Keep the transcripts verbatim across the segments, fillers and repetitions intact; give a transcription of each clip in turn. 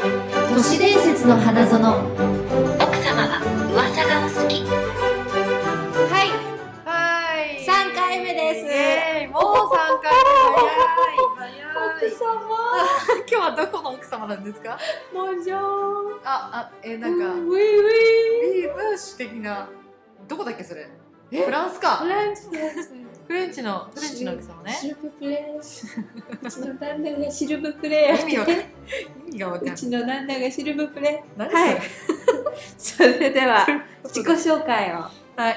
都市伝説の花園。 奥様は噂がお好き。 はい、 はい。 さんかいめです。 えー、もうさんかいめ。早い早い。 奥様今日はどこの奥様なんですか？ ボンジョー。 あ、あ、えー、なんか、 ウィウィウィーブッシュ的な。どこだっけそれ？フランスか。 フレンチです。 フレンチのフレンチの奥様ね。 シルブプレー。うちの旦那がシルブプレー。 意味わかんない。意味がわかんない。 うちの旦那がシルブプレー。 何それ？ はい。それでは自己紹介を。 はい。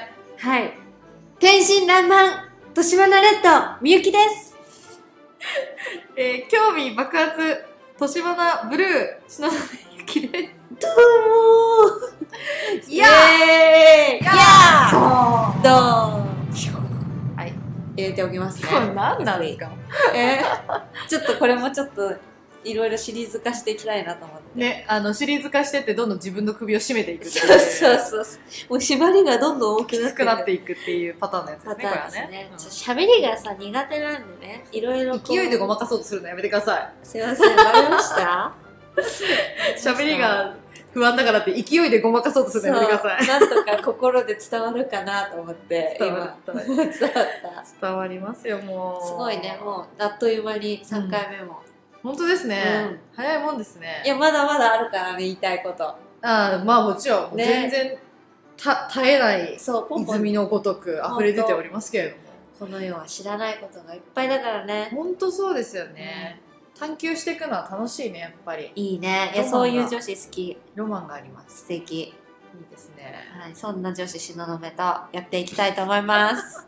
はい。天真爛漫、年花レッド、みゆきです。 えー、興味爆発、年花ブルー、篠田ゆきです。 どうもー。 いやー。いやー。どーん。 はい。 入れておきますね。 これ何なんですか？ えー、ちょっとこれもちょっといろいろシリーズ化していきたいなと思って。 ね、あのシリーズ化してってどんどん自分の首を絞めていくっていう。 そうそうそう。もう縛りがどんどん大ききつくなっていくっていうパターンのやつですね。 パターンですね。 これはね。 喋、うん、りがさ苦手なんでね、いろいろ勢いでごまかそうとするのやめてください。 すいません、バレました？ 喋りが不安だからって勢いでごまかそうとするのやめてください。 なんとか心で伝わるかなと思って伝わった伝わった伝わりますよ。もうすごいね、もうあっという間にさんかいめも、 うん、本当ですね、うん、早いもんですね。 いやまだまだあるからね、言いたいこと。ああ、まあもちろん、ね、全然た絶えない泉のごとく溢れ出ておりますけれども、 この世は知らないことがいっぱいだからね。 本当そうですよね、うん、探求していくのは楽しいね、やっぱり。 いいね。いや、そういう女子好き。 ロマンがあります。 素敵。いいですね。 はい、そんな女子東雲とやっていきたいと思います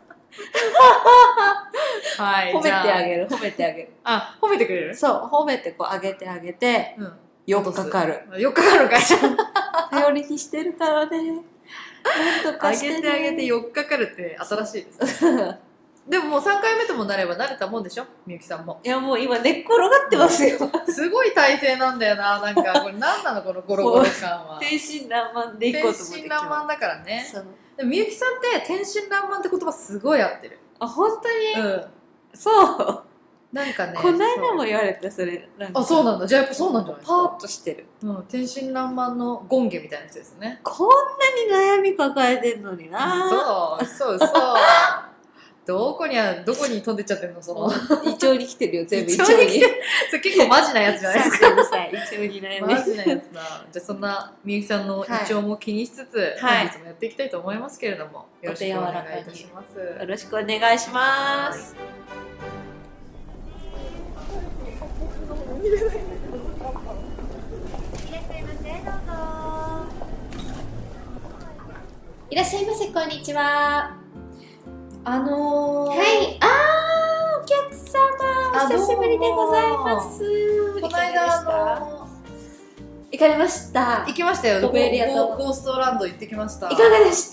はい、 褒めてあげる、褒めてあげる。 あ、褒めてくれる？ そう、褒めてこう上げてあげて、うん、よっかかる。 よっかかるかい。 頼りにしてるからね。なんとかしてね。 上げてあげてよっかかるって新しいですね。でももうさんかいめともなれば慣れたもんでしょ、みゆきさんも。 いやもう今寝っ転がってますよ。 すごい体勢なんだよな、なんかこれ何なのこのゴロゴロ感は。 天真爛漫でいこうと思って。 天真爛漫だからね。 そう。 でもみゆきさんって天真爛漫って言葉すごい合ってる。 あ、本当に？ うん。 そう。 なんかね。 この間も言われた、それ。 あ、そうなんだ。じゃあやっぱそうなんじゃないですか。 パーッとしてる。 うん、天真爛漫のゴンゲみたいなやつですね。 こんなに悩み抱えてんのにな。 そう、そうそう。どこにあどこに飛んでっちゃってんのその。 胃腸に来てるよ、全部胃腸に来てる。それ結構マジなやつじゃないですか。 胃腸に悩み。 マジなやつだ。じゃあそんなみゆきさんの胃腸も気にしつつ、はい、本日もやっていきたいと思いますけれども、よろしくお願いいたします。 よろしくお願いします。いらっしゃいませ、こんにちは。 あのー、 はい、あー、お客様、お久しぶりでございます。 この間、あのー、 行かれました。 行きましたよ。 ゴーストランド行ってきました。 いかがでした？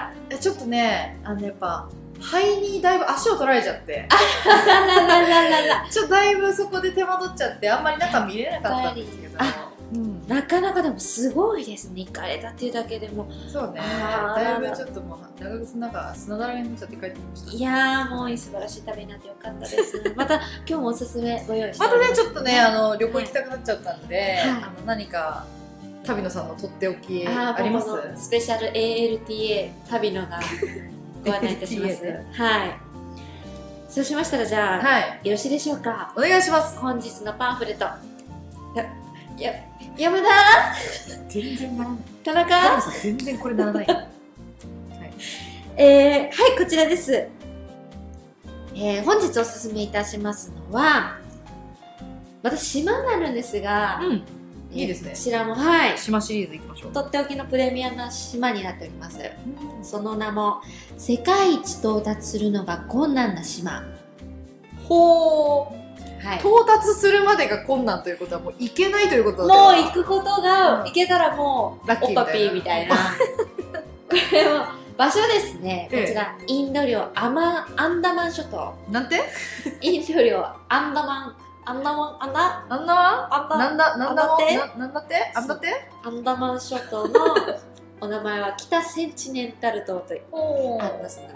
ちょっとね、あのやっぱ肺にだいぶ足を取られちゃって、ちょっとだいぶそこで手間取っちゃって、あんまり中見れなかったんですけど。 うん、なかなかでもすごいですね、行かれたっていうだけでも。 そうね、だいぶちょっともう長靴の中砂だらけになっちゃって帰ってきました。 いやー、もう素晴らしい旅になってよかったですまた今日もおすすめご用意してまたね、ちょっとね、あの旅行行きたくなっちゃったんで、はい、あの何か旅野さんのとっておきあります？ スペシャル エーエルティーエー 旅野がご案内いたしますはい。そうしましたら、じゃあ、はい、よろしいでしょうか？ お願いします。 本日のパンフレット、や山田全然ならない。 田中さん全然これならない、はい、 えー、はい、こちらです。えー、本日おすすめいたしますのは、また島になるんですが、 うん、いいですね。 こちらも、はい、 島シリーズいきましょう。 とっておきのプレミアムな島になっております、うん、その名も世界一到達するのが困難な島。 ほー、はい、到達するまでが困難ということはもう行けないということだ。 もう行くことが、うん、行けたらもうラッキーおっぱぴーみたいなこれは場所ですね、こちら、ええ、インド領アマアンダマン諸島。 なんて？ インド領アンダマンアンダマンアンダアンダマンアンダなんだなんだってなんだってアンダってアンダマン諸島のお名前は北センチネンタル島というあります。北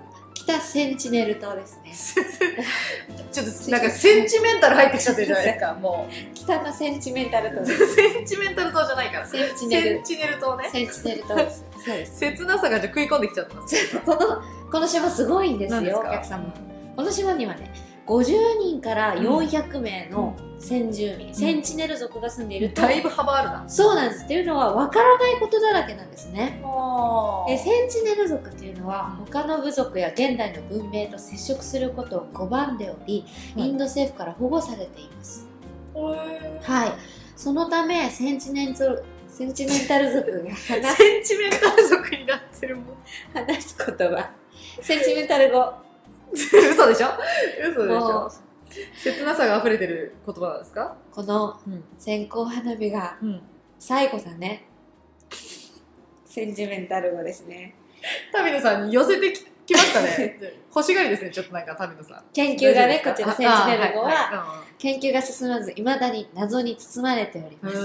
北センチネル島ですね。 ちょっとなんかセンチメンタル入ってきちゃってるじゃないですか。もう北のセンチメンタル島です。 センチメンタル島じゃないから。 センチネルセンチネル島ね。 センチネル島です。そうです。 切なさがじゃ食い込んできちゃったんですよ。 このこの島すごいんですよ、 何ですかお客様。この島にはね、ごじゅうにんからよんひゃくめいの先住民、うん、センチネル族が住んでいると。 だいぶ幅あるな。 そうなんです。っていうのは分からないことだらけなんですね。えセンチネル族っていうのは他の部族や現代の文明と接触することを拒んでおり、インド政府から保護されています。はい。そのためセンチネルセンチメンタル族が話すセンチメンタル族になってるもん。 話す言葉、センチメンタル語。 嘘でしょ？嘘でしょ？切なさが溢れてる言葉なんですか？ この線香花火が最後だね。センチメンタル語ですね。 旅野さんに寄せてきましたね。欲しがりですね、ちょっとなんか旅野さん。 研究がね、こちらセンチネル語は研究が進まず、いまだに謎に包まれております。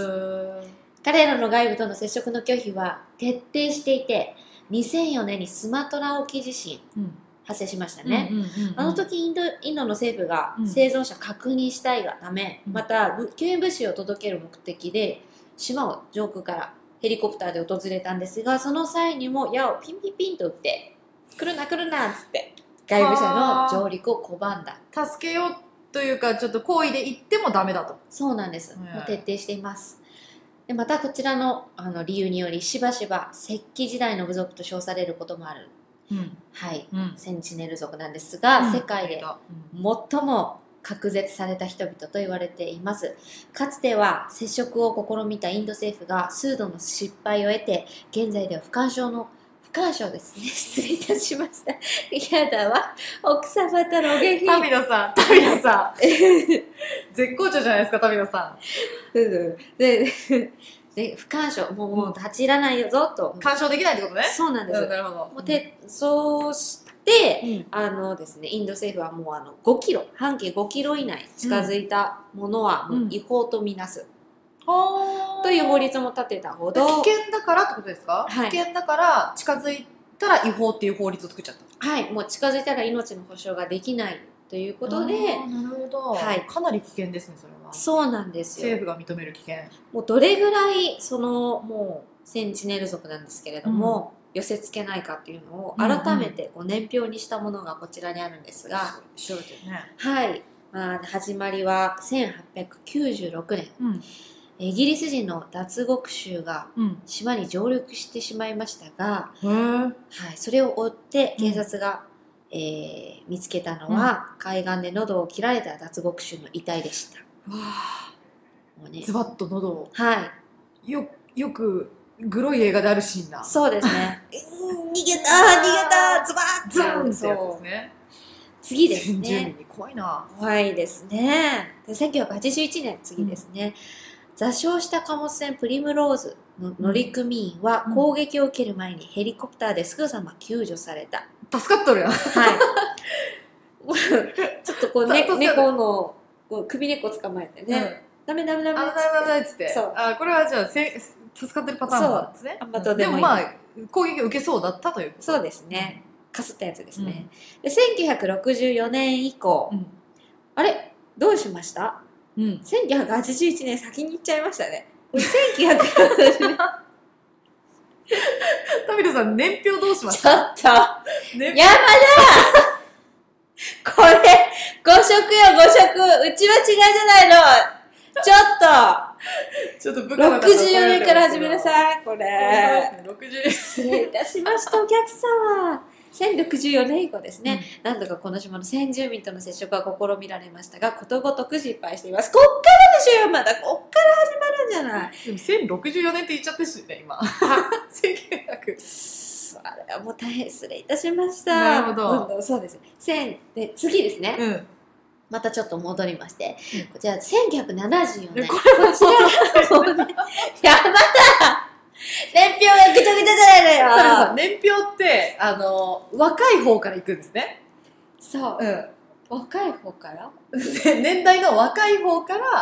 彼らの外部との接触の拒否は徹底していて、にせんよねんにスマトラ沖地震、うん発生しましたね。あの時インド、インドの政府が生存者確認したいがため、うん、また救援物資を届ける目的で島を上空からヘリコプターで訪れたんですが、その際にも矢をピンピンピンと撃って来るな来るなっつって外部者の上陸を拒んだ。 助けようというかちょっと好意で行ってもダメだと。 そうなんです、もう徹底しています。でまたこちら の, あの理由によりしばしば石器時代の部族と称されることもある、うんはい、うん、センチネル族なんですが、うん、世界で最も隔絶された人々と言われています。かつては接触を試みたインド政府が数度の失敗を得て、現在では不干渉の不干渉ですね。失礼いたしました。やだわ、奥様とのお下品。 旅野さん、旅野さん絶好調じゃないですか、旅野さん。 でで不干渉、もう、もう立ち入らないよぞと。 干渉できないってことね。 そうなんです。 うん、なるほど。 もうてそうして、うん、あのですね、インド政府はもうあのごキロ、半径ごキロ以内近づいたものはもう違法とみなす。うん、という法律も立てたほど。 危険だからってことですか？はい、危険だから近づいたら違法っていう法律を作っちゃった。 はい、もう近づいたら命の保証ができないということで。 なるほど。はい、かなり危険ですね、それは。 そうなんですよ。 政府が認める危険。 もうどれぐらいそのもうセンチネル族なんですけれども、うん、寄せ付けないかっていうのを改めてこう年表にしたものがこちらにあるんですが、 調べてるね。 はい、まあ、始まりはせんはっぴゃくきゅうじゅうろくねん、うん、イギリス人の脱獄囚が島に上陸してしまいましたが、うん、はい、それを追って警察が、うん、えー、見つけたのは、うん、海岸で喉を切られた脱獄囚の遺体でした。わあ、もうね、ズバッと喉を。 はい。 よ、よくグロい映画であるシーンだ。 そうですね。逃げた逃げたズバッズバンってやつですね。 次ですね。 先住民に怖いな。 怖いですね。でせんきゅうひゃくはちじゅういちねん、次ですね。うん、座礁した貨物船プリムローズの乗組員は攻撃を受ける前にヘリコプターですぐさま救助された。 助かっとるやん。はい。 ちょっとこう、ね、猫のこう首根っこ捕まえてね、うん、ダメダメダメダメダメっつって、そうあこれはじゃあせ助かってるパターンなんですね。で, でもまあ攻撃を受けそうだったということ。 そうですね、かすったやつですね。うん、でせんきゅうひゃくろくじゅうよねん以降、うん、あれどうしました？うん、せんきゅうひゃくはちじゅういちねん先に行っちゃいましたね。せんきゅうひゃくろくじゅうねんタミルさん年表どうしました？ ちょっと山田これご食よご食、うちは違うじゃないの。ちょっとちょっと部下の方ろくじゅうよねんから始めなさい。これろくじゅう失礼いたしましたお客様。せんろくじゅうよねん以降ですね、うん、何度かこの島の先住民との接触は試みられましたが、ことごとく失敗しています。こっからでしょよ、まだこっから始まるんじゃない。 でもせんろくじゅうよねんって言っちゃってしね、今せんきゅうひゃくあれはもう大変失礼いたしました。 なるほど、 うん、そうです。千で次ですね、うん、またちょっと戻りまして、うん、こちらせんきゅうひゃくななじゅうよねん、こちらもうねやばだ年表がぐちゃぐちゃじゃないのよ。 タルさん、年表ってあの若い方からいくんですね。 そう、うん、若い方から年代の若い方から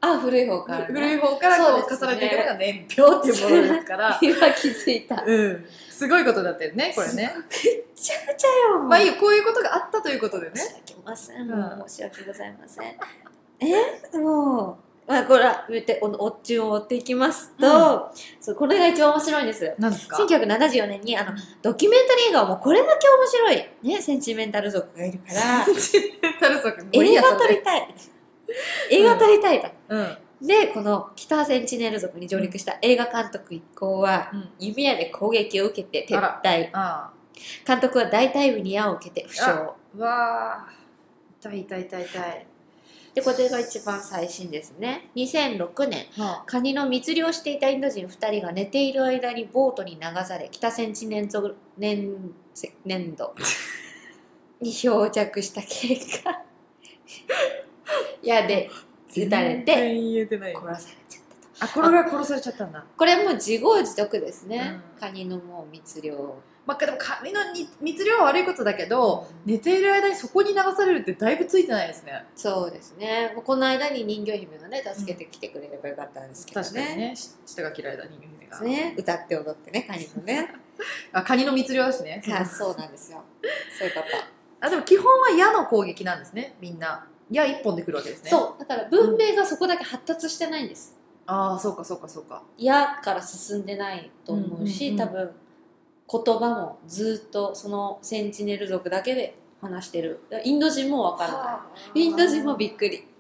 あ、古い方から、ね、 古い方からこう重ねていくのが年表っていうものですから今気づいた、 うん、すごいことだったよねこれね。 めちゃくちゃよ。 まあいいよ、こういうことがあったということでね。 申し訳ません、もう申し訳ございません。えもう、まあ、これは言っておっちゅうを追っていきますと、うん、そうこれが一番面白いんです。 何ですか？ せんきゅうひゃくななじゅうよねんにあのドキュメンタリー映画はもうこれだけ面白い、ね、センチメンタル族がいるからセンチメンタル族映画撮りたい映画撮りたいと、 うん、 でこの北センチネル族に上陸した映画監督一行は、うん、弓矢で攻撃を受けて撤退。ああ監督は大腿部に矢を受けて負傷。 わー、痛い痛い痛い痛い。 でこれが一番最新ですね。にせんろくねん、はあ、カニの密漁をしていたインド人ふたりが寝ている間にボートに流され北センチネンゾ年年度に漂着した結果矢で撃たれて殺されちゃったと。 あ、これが殺されちゃったんだ。 これも自業自得ですね、うん、カニのもう密漁。 まあ、でもカニの密漁は悪いことだけど、うん、寝ている間にそこに流されるってだいぶついてないですね。 そうですね。この間に人魚姫がね助けてきてくれればよかったんですけどね。 確かにね、舌が嫌いだ人魚姫が、 ね、歌って踊ってねカニのねあ、カニの密漁だしね。 あ、そうなんですよ。そういうこと。 あ、でも基本は矢の攻撃なんですね。みんな矢一本で来るわけですね。 そうだから文明がそこだけ発達してないんです、 うん、ああ、そうかそうかそうか。 矢から進んでないと思うし、うんうんうん、多分言葉もずっとそのセンチネル族だけで話してる。インド人もわからない。インド人もびっくり。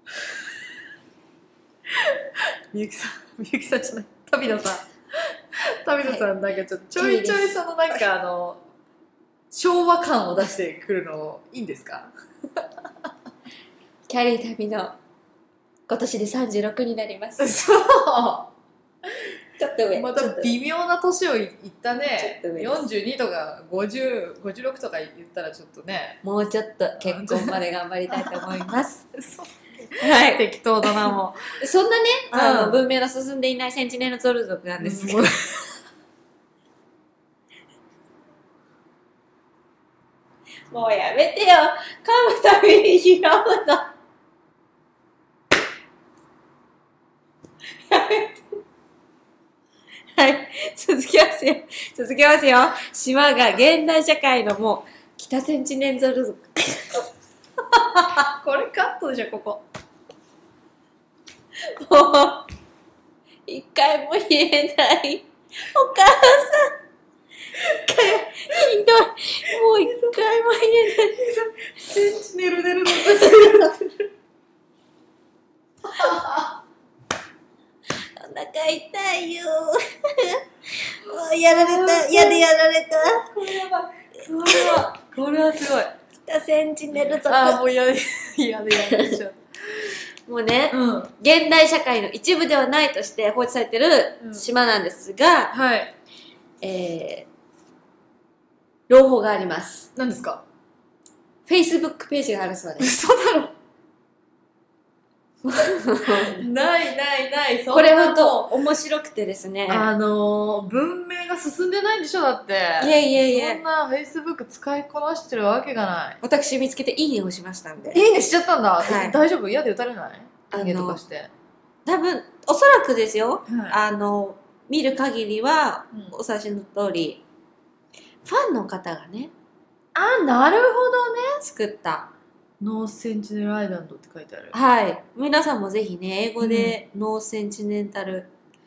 みゆきさん、みゆきさんじゃない、旅野さん。旅野さん、なんかちょっとちょいちょいそのなんかあの昭和感を出してくるのいいんですか？ キャリー旅の今年でさんじゅうろくになります。 そう。 ちょっと上。 また微妙な年をいったね。よんじゅうにとかごじゅう、ごじゅうろくとか言ったらちょっとね。 もうちょっと結婚まで頑張りたいと思います。 はい、適当だなもう。そんなね、あの、うん、文明の進んでいないセンチネルゾル族なんですけど。うん、もうやめてよ。噛むたびに拾うの。やめて。はい、続きますよ。続きますよ。島が現代社会のもう北センチネンゾル族。 これカットでしょ、ここ。 もう一回も言えない。お母さん。ひどい。もう一回も言えない。 センチネルネルのお腹痛いよ。やられた。やでやられた。 これやばい。これは、これはすごい。 北センチネル族。 あ、もうやで、やでやられちゃう。 もうね、うん、現代社会の一部ではないとして放置されてる島なんですが、 うん、はい。 えー、朗報があります。 何ですか？ Facebook ページがあるそうです。 嘘だろないないない。 これ本当面白くてですね。 あのー、文明が進んでないんでしょ、だって。いやいやいや。 そんな Facebook 使いこなしてるわけがない。 私見つけていいねをしましたんで。 いいねしちゃったんだ。はい、大丈夫？嫌で打たれない？ あのとかして。 多分、おそらくですよ。はい、あの、見る限りは、うん、お察しの通り、ファンの方がね。 あ、なるほどね。 作った。 ノーセンチネルアイランドって書いてある。 はい。皆さんもぜひね、英語でノーセンチネンタル。うん、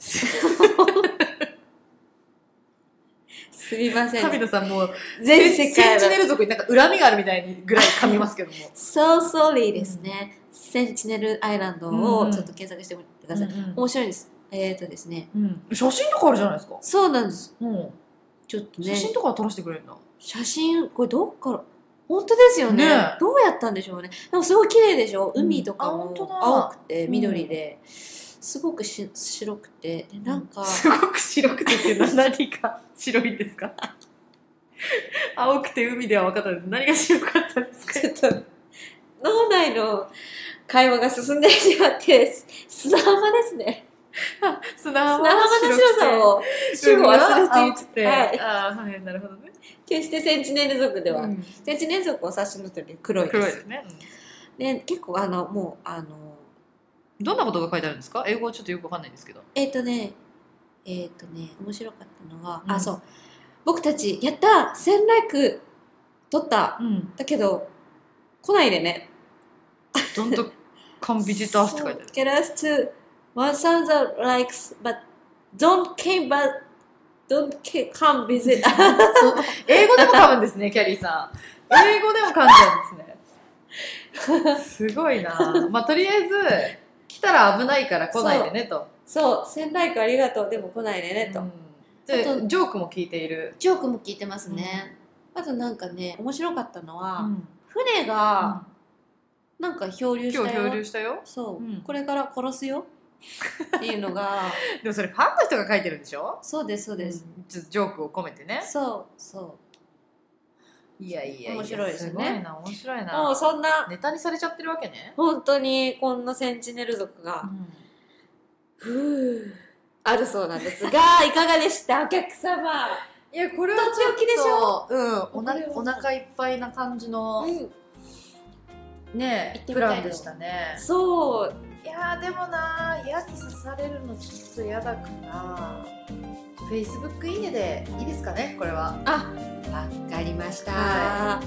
すみません。 神野さんもう全世界センチネル族になんか恨みがあるみたいにぐらい噛みますけども。 So sorry ですね。うん、センチネルアイランドをちょっと検索してみてください。うんうん、面白いです。えっ、ー、とですね、 うん。写真とかあるじゃないですか。 そうなんです。 うん、 ちょっとね。 写真とか撮らせてくれるんだ。 写真、これどっから本当ですよね。ね、どうやったんでしょうね。でもすごい綺麗でしょ。海とかも青くて緑で、うん、すごくし白くてでなんか、うん、 すごく白くてって何か白いんですか？青くて海では分かったんです。何が白かったんですか？ ちょっと脳内の会話が進んでしまって砂浜ですね。 砂浜の白さを主語忘れていて、 はい、あ、はい、なるほどね。 決してセンチネル族では、うん、センチネル族はお察しのとおり黒いです。 黒いですね。 で結構あのもうあのどんなことが書いてあるんですか？英語はちょっとよくわかんないんですけど。 えっ、ー、とねえっ、ー、とね面白かったのは、 うん、 あそう僕たちやったせんライク取った、うん、だけど来ないでね。 Don't come visit us って書いてある。 Get us to one thousand likes but don't came but don't come visit us 英語でも噛むんですね、キャリーさん。英語でも噛んじゃうんですね。すごいな。まあとりあえず来たら危ないから来ないでねと。 そうせんライクありがとうでも来ないでねと、うん、 でジョークも聞いている。 ジョークも聞いてますね、うん、あとなんかね面白かったのは、うん、船がなんか漂流したよ。 今日漂流したよ。 そう、うん、これから殺すよっていうのがでもそれファンの人が書いてるんでしょ。 そうですそうです、 うん、ちょっとジョークを込めてね。 そうそう、 いやいやいや面白いですね。 すごいな面白いな。 もうそんなネタにされちゃってるわけね。 本当にこんなセンチネル族が、うん、ふうあるそうなんですがいかがでしたお客様。 いやこれはちょっとでしょ、うん、おなお腹いっぱいな感じの、うん、ねプランでしたね。 そういやでもなヤギ刺されるのちょっと嫌だから Facebook いいねでいいですかねこれは。 あ、わかりました、はい、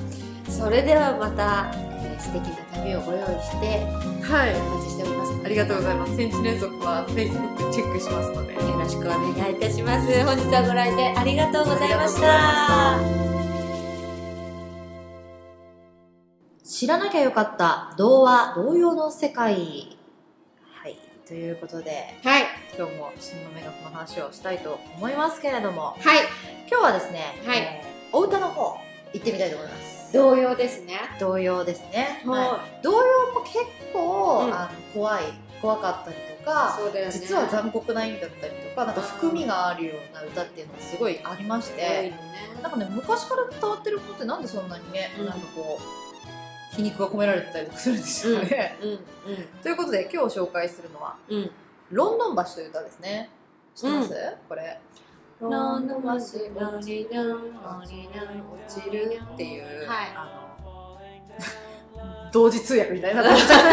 それではまた、えー、素敵な旅をご用意してはいお待ちしております。 ありがとうございます。センチネル族は Facebook チェックしますのでよろしくお願いいたします。本日はご来店ありがとうございました。知らなきゃよかった童話童謡の世界、 はいということで、 はい、 今日も新の目がこの話をしたいと思いますけれども、 はい、 今日はですね、 はいえー、お歌の方行ってみたいと思います。 童謡ですね。 童謡ですね、 はい、 童謡も結構、うん、あの怖い怖かったりとか、 そうだよね、 実は残酷な意味だったりとかなんか含みがあるような歌っていうのがすごいありまして、 ね、 なんかね昔から伝わってるものってなんでそんなにね、うん、なんかこう皮肉が込められてたりとかするんですよね、 うんうんうん、 ということで今日紹介するのは、 うん、 ロンドン橋という歌ですね。知ってます、うん、これロンドン橋落ちる落ちるっていう、 はい、 あの同時通訳みたいな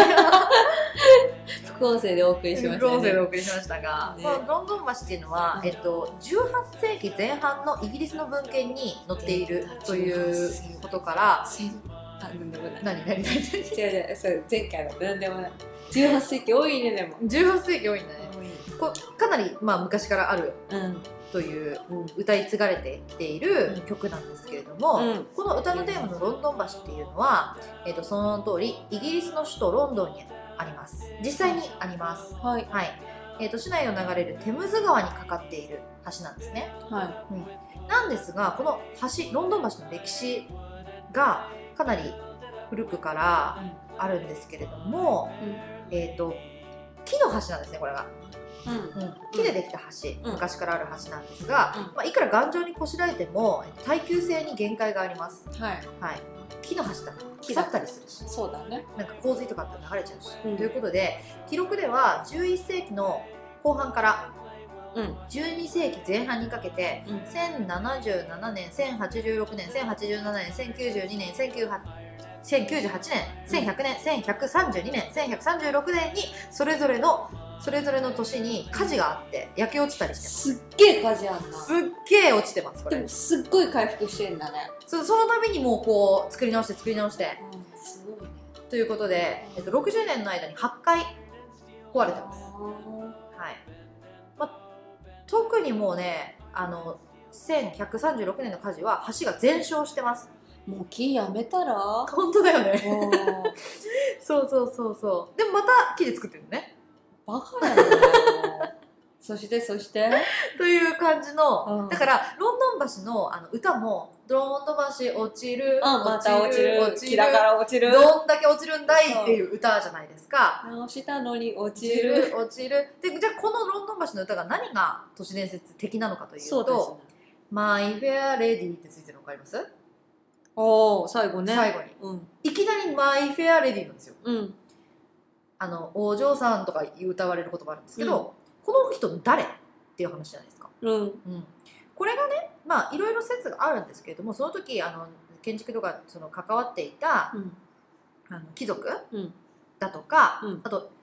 副音声でお送りしましたね。 副音声でお送りしましたが、ね、このロンドン橋っていうのは、えっと、じゅうはっせいきぜん半のイギリスの文献に載っているということから、 あ、なんでもない。 何何何何違う違う、それ前回のなんでもない。じゅうはっせいき多いね。でもじゅうはっせいき多いんだね。こかなり、まあ、昔からある、うんという歌い継がれてきている曲なんですけれども、うん、この歌のテーマのロンドン橋っていうのは、えー、とその通りイギリスの首都ロンドンにあります。実際にあります、 はいはい。えー、と市内を流れるテムズ川にかかっている橋なんですね、 はいうん、なんですがこの橋ロンドン橋の歴史がかなり古くからあるんですけれども、うん、えー、と木の橋なんですねこれが。うんうん、木でできた橋、うん、昔からある橋なんですが、うんまあ、いくら頑丈にこしらえても耐久性に限界があります、 はいはい、木の橋だから腐ったりするし、 そうだね、 なんか洪水とかって流れちゃうし、 うん、 ということで記録ではじゅういっせいきの後半から、うん、じゅうにせいきぜん半にかけて、うん、せんななじゅうななねんせんはちじゅうろくねんせんはちじゅうななねんせんきゅうじゅうにねんせんきゅうじゅうはちせんきゅうじゅうはちねんせんひゃくねんせんひゃくさんじゅうにねんせんひゃくさんじゅうろくねんにそれぞれのそれぞれの年に火事があって焼け落ちたりしてます。 すっげえ火事あんな。 すっげえ落ちてますこれ。 でもすっごい回復してんだね。 そ, その度にもうこう作り直して作り直して、 うん、すごいね。 ということで、えっと、ろくじゅうねんの間にはちかい壊れてます。はい、まあ、特にもうねあのせんひゃくさんじゅうろくねんの火事は橋が全焼してます。 もう木やめたら本当だよねそうそうそうそう。でもまた木で作ってるのね。 バカやねそしてそしてという感じの、うん、だからロンドン橋 の, あの歌もロンドン橋落ちる、 うん、また落ちる落ちるだから落ちるどんだけ落ちるんだいっていう歌じゃないですか。 直したのに落ちる落ちるで、じゃあこのロンドン橋の歌が何が都市伝説的なのかというと、マイ・フェア・レディってついてるの分かります？ おー最後ね最後に、うん、いきなりマイ・フェア・レディなんですよ、うん、あのお嬢さんとか歌われる言葉あるんですけど、うん、この人誰っていう話じゃないですか、 うんうん、 これがねまあいろいろ説があるんですけれども、その時あの建築とかその関わっていた、うん、あの貴族、うん、だとか、うん、あと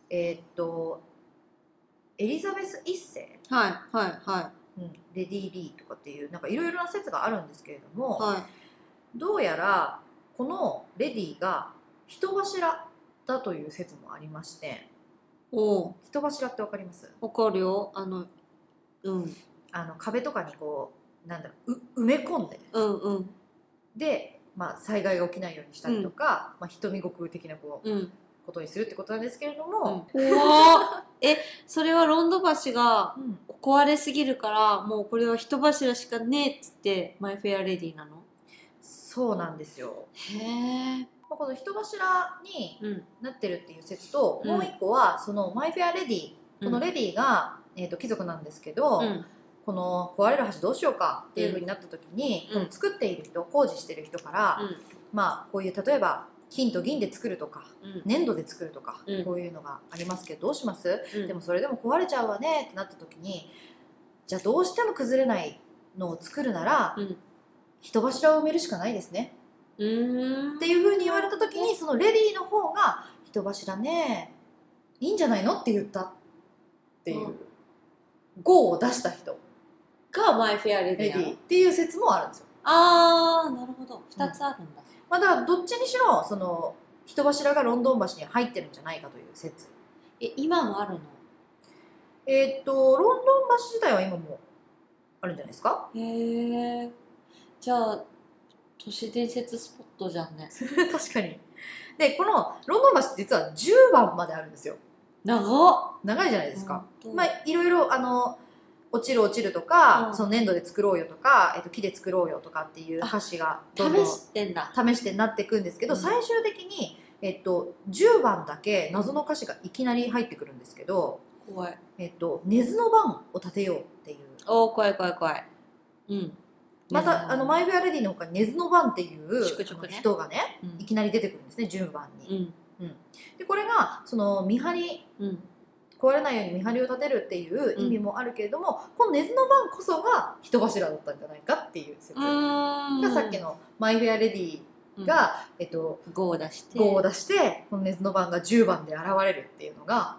えー、っとエリザベス一世、 はいはいはい、 うん、レディー・リーとかっていうなんかいろいろな説があるんですけれども、 はい、 どうやらこのレディーが人柱だという説もありまして。 お人柱ってわかります？ わかるよ。あの、うん、 あの壁とかにこうなんだろう、う埋め込んで、 うんうん、 で、まあ、災害が起きないようにしたりとか、うん、まあ、瞳悟空的なこう、うん、ことにするってことなんですけれども、 うん、えそれはロンド橋が壊れすぎるから、うん、もうこれは人柱しかねえっつってマイ・フェア・レディなの？ そうなんですよ。 へえ。 この人柱になってるっていう説と、うん、もう一個はそのマイ・フェア・レディ、このレディが、えーと、貴族なんですけど、うん、この壊れる橋どうしようかっていう風になった時に、うん、この作っている人、工事してる人から、うん、まあこういう例えば金と銀で作るとか、うん、粘土で作るとか、うん、こういうのがありますけどどうします、うん、でもそれでも壊れちゃうわねってなった時に、じゃあどうしても崩れないのを作るなら、うん、人柱を埋めるしかないですねうーんっていう風に言われた時に、そのレディーの方が人柱ねいいんじゃないのって言ったっていう、うん、ゴーを出した人がマイ・フェア・レディーっていう説もあるんですよ。 あー、なるほど、ふたつあるんだ、うん、 まあ、だからどっちにしろその人柱がロンドン橋に入ってるんじゃないかという説。 え、今もあるの？ えー、っとロンドン橋自体は今もあるんじゃないですか。 へえ。じゃあ都市伝説スポットじゃんね確かに。でこのロンドン橋実はじゅうばんまであるんですよ。 長っ長いじゃないですか。まあいろいろあの落ちる落ちるとか、うん、その粘土で作ろうよとか、えっと、木で作ろうよとかっていう橋がどんどん試してんだ試してなっていくんですけど、うん、最終的に、えっと、じゅうばんだけ謎の歌詞がいきなり入ってくるんですけど、 怖い、 えっと、根津の番を立てようっていう。 おー、怖い怖い怖い。うん。 またあのマイ・フェア・レディのほかに根津の番っていう人がね、うん、いきなり出てくるんですね、じゅうばんに、うんうん、でこれがその見張り、うん、壊れないように見張りを立てるっていう意味もあるけれども、うん、この根津の番こそが人柱だったんじゃないかっていう説がさっきのマイ・フェア・レディが、うん、えっと、 ゴーを出してゴーを出してこの根津の番がじゅうばんで現れるっていうのが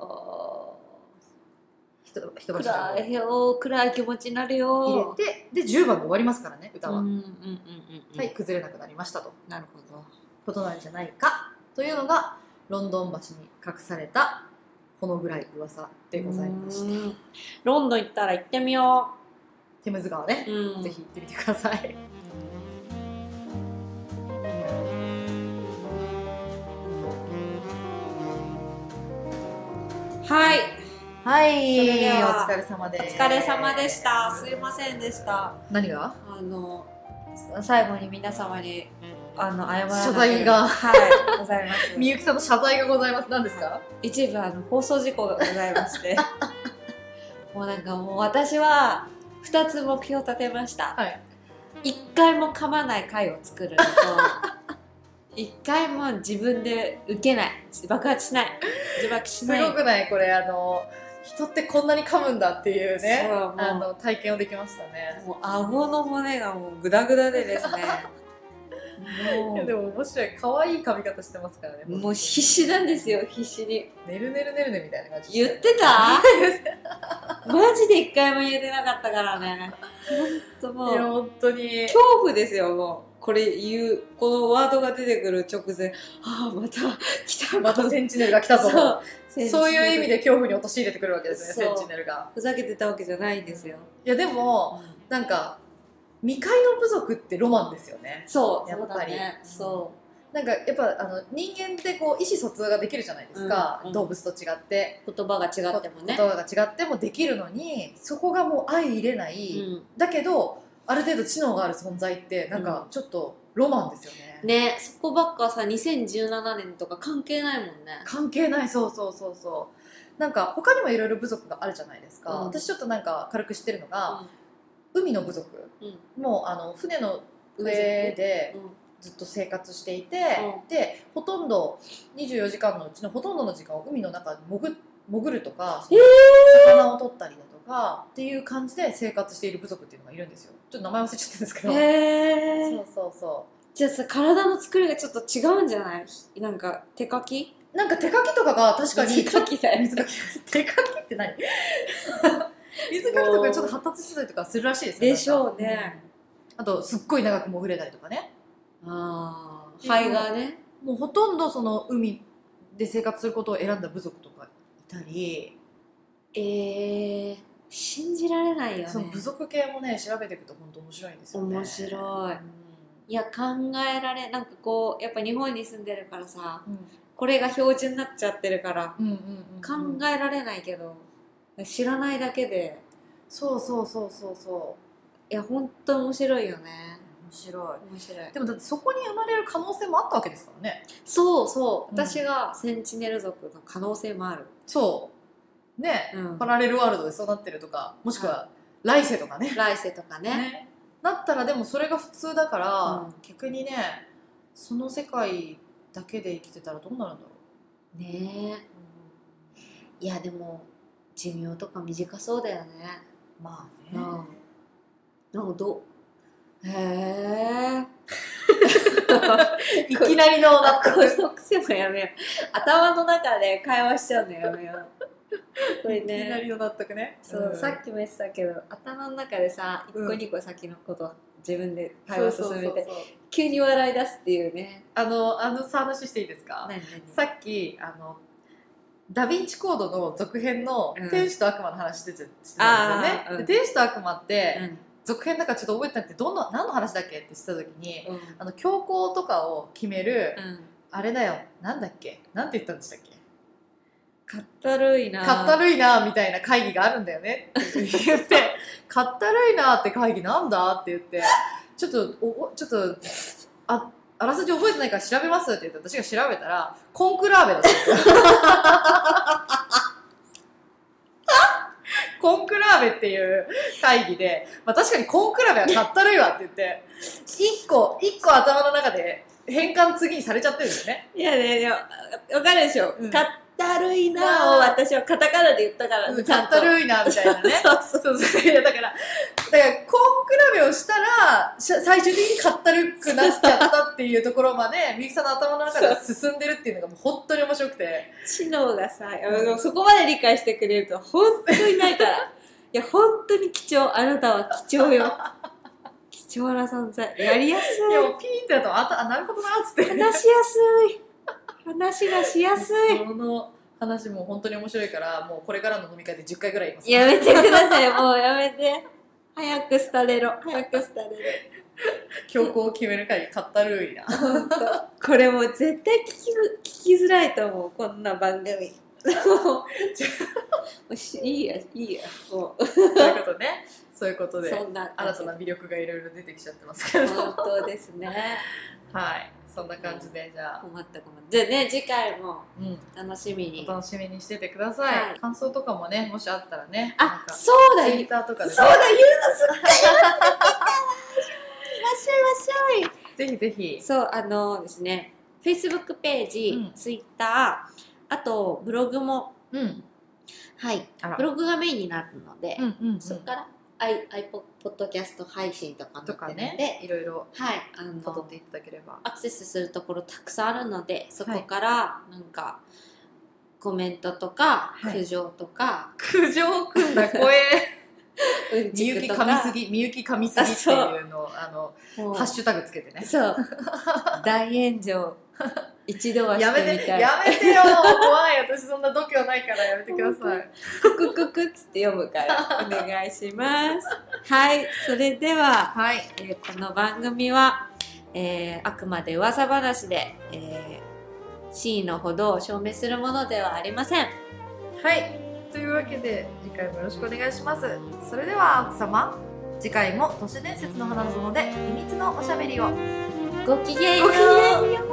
人柱暗いよ、暗い気持ちになるよ入れて、でじゅうばんで終わりますからね、歌は。うんうんうんうん、はい、崩れなくなりましたと。 なるほど。 ことなんじゃないかというのがロンドン橋に隠されたこのぐらい噂でございました。 ロンドン行ったら行ってみよう。テムズ川ね、うん、ぜひ行ってみてください。 はいはい、お疲れ様です。 お疲れ様でした。すいませんでした。 何が？ あの最後に皆様にあの謝らなければ謝罪がはいございます。 みゆきさんの謝罪がございます。何ですか？ 一部あの放送事故がございまして、もうなんかもう私はふたつ目標を立てました。はい。いっかいも噛まない回を作るのと。一回も自分で受けない、爆発しない、自爆しない。 すごくないこれ、あの人ってこんなに噛むんだっていうね、あの体験をできましたね。 もう顎の骨がもうグダグダでですねもういやでも面白い、可愛い噛み方してますからね。 もう必死なんですよ、必死に。 ねるねるねるねみたいな感じ。 言ってたマジで一回も言えてなかったからね。ほんともう、いや本当に恐怖ですよ。もうこれ言う、このワードが出てくる直前、ああまた来た、 またセンチネルが来たぞ。そうそういう意味で恐怖に陥れてくるわけですね、センチネルが。 ふざけてたわけじゃないんですよ。 いやでも、うん、なんか未開の部族ってロマンですよね。 そうやっぱり。 そう、 なんかやっぱあの人間ってこう意思疎通ができるじゃないですか、うんうん、動物と違って言葉が違ってもね、 言葉が違ってもできるのに、そこがもう相入れない、うん、だけどある程度知能がある存在ってなんかちょっとロマンですよね。 うん、ね、そこばっかさにせんじゅうななねんとか関係ないもんね。 関係ない、そうそうそうそう。なんか他にもいろいろ部族があるじゃないですか、うん、私ちょっとなんか軽く知ってるのが、うん、海の部族、うん、もうあの船の上でずっと生活していて、うん、でほとんどにじゅうよじかんのうちのほとんどの時間を海の中に潜、潜るとか、えー、魚を取ったりだとかっていう感じで生活している部族っていうのがいるんですよ。ちょっと名前忘れちゃったんですけど、 へー、 そうそうそう。 じゃあさ、体の作りがちょっと違うんじゃない？なんか手かきなんか手かきとかが確かに水かきだよ水かき手かきって何水かきとかちょっと発達してたりとかするらしいですよでしょうね、 うん、あとすっごい長く潜れたりとかね。 ああ肺がねもうほとんどその海で生活することを選んだ部族とかいたり。 えー、信じられないよね。 その部族系もね調べていくと本当面白いんですよね。 面白い、うん、いや考えられなんかこうやっぱ日本に住んでるからさ、うん、これが標準になっちゃってるから、うんうんうんうん、考えられないけど知らないだけで。 そうそうそうそうそう。 いや本当面白いよね。 面白い面白い。 でもだってそこに生まれる可能性もあったわけですからね。 そうそう、うん、私がセンチネル族の可能性もある。 そうね、うん、パラレルワールドでそうなってるとか、もしくは来世とかね、 来世とか ね, ねなったらでもそれが普通だから、うん、逆にねその世界だけで生きてたらどうなるんだろうねえ、うん、いやでも寿命とか短そうだよね。 まあね、 うん、なんかどへえいきなりの納得。 この癖もやめよう。頭の中で会話しちゃうのやめよう。これね、 いきなりの納得ね。 そう、うん、さっきも言ってたけど頭の中でさ一個二個先のこと、自分で会話進めて急に笑い出すっていうね。 あのあの話していいですか。 何何さっきあのダヴィンチコードの続編の天使と悪魔の話してたんですよね、うん、で天使と悪魔って、うん、続編だからちょっと覚えてなくてどんな何の話だっけって言ってた時に、うん、あの教皇とかを決める、うん、あれだよなんだっけなんて言ったんでしたっけ。 かったるいなかったるいなみたいな会議があるんだよねって言ってかったるいなって会議なんだって言ってちょっとおちょっとああらすじ覚えてないから調べますって言って私が調べたらコンクラーベだったんですよコンクラーベっていう会議で、まあ、確かにコンクラーベはかったるいわって言って一個一個頭の中で変換次にされちゃってるんですよね。 いやねいや分かるでしょ、うん、かったるいなを私はカタカナで言ったから、 うん、かったるいなみたいなねそうそうそういやだからだからコンクラベをしたら最終的にかったるくなっちゃったっていうところまでみゆきさんの頭の中で進んでるっていうのがもう本当に面白くて知能がさ、うん、そこまで理解してくれると本当にないからいや本当に貴重。あなたは貴重よ貴重な存在。やりやすい。 いやもうピーンってやるとあたなるほどなっつって話しやすい話がしやすい。 その話も本当に面白いからもうこれからの飲み会でじゅっかいぐらい言います。 やめてくださいもうやめて早く廃れろ早く廃れろ強行を決める会かったるいなこれもう絶対聞き、聞きづらいと思うこんな番組もういいやいいやもうそういうことねそういうことでそんな新たな魅力がいろいろ出てきちゃってますけど本当ですねはいそんな感じでじゃあ困った困ったじゃあね次回も楽しみに、 うん、お楽しみにしててください、はい、感想とかもねもしあったらねあそうだツイッターとかで、ね、 そうだ言うのすっかり忘れてたわしょいわしょいぜひぜひそうあのですね Facebook ページ、うん、Twitter あとブログも、うん、はいブログがメインになるので、うんうんうん、そこからiPod 配信とかもとかねいろいろ辿っていただければアクセスするところたくさんあるのでそこからなんかコメントとか苦情とか、 はい、苦情くんだ声みゆき噛みすぎみゆき噛みすぎっていうのをあのハッシュタグつけてねそう大炎上一度はしてみたい。 やめてやめてよ怖い私そんな度胸ないからやめてくださいククククって読むからお願いしますはいそれでは、はいえー、この番組は、えー、あくまで噂話で、えー、真意のほどを証明するものではありません。 はいというわけで次回もよろしくお願いします。それでは奥様次回も都市伝説の花園で秘密のおしゃべりをごきげんよう。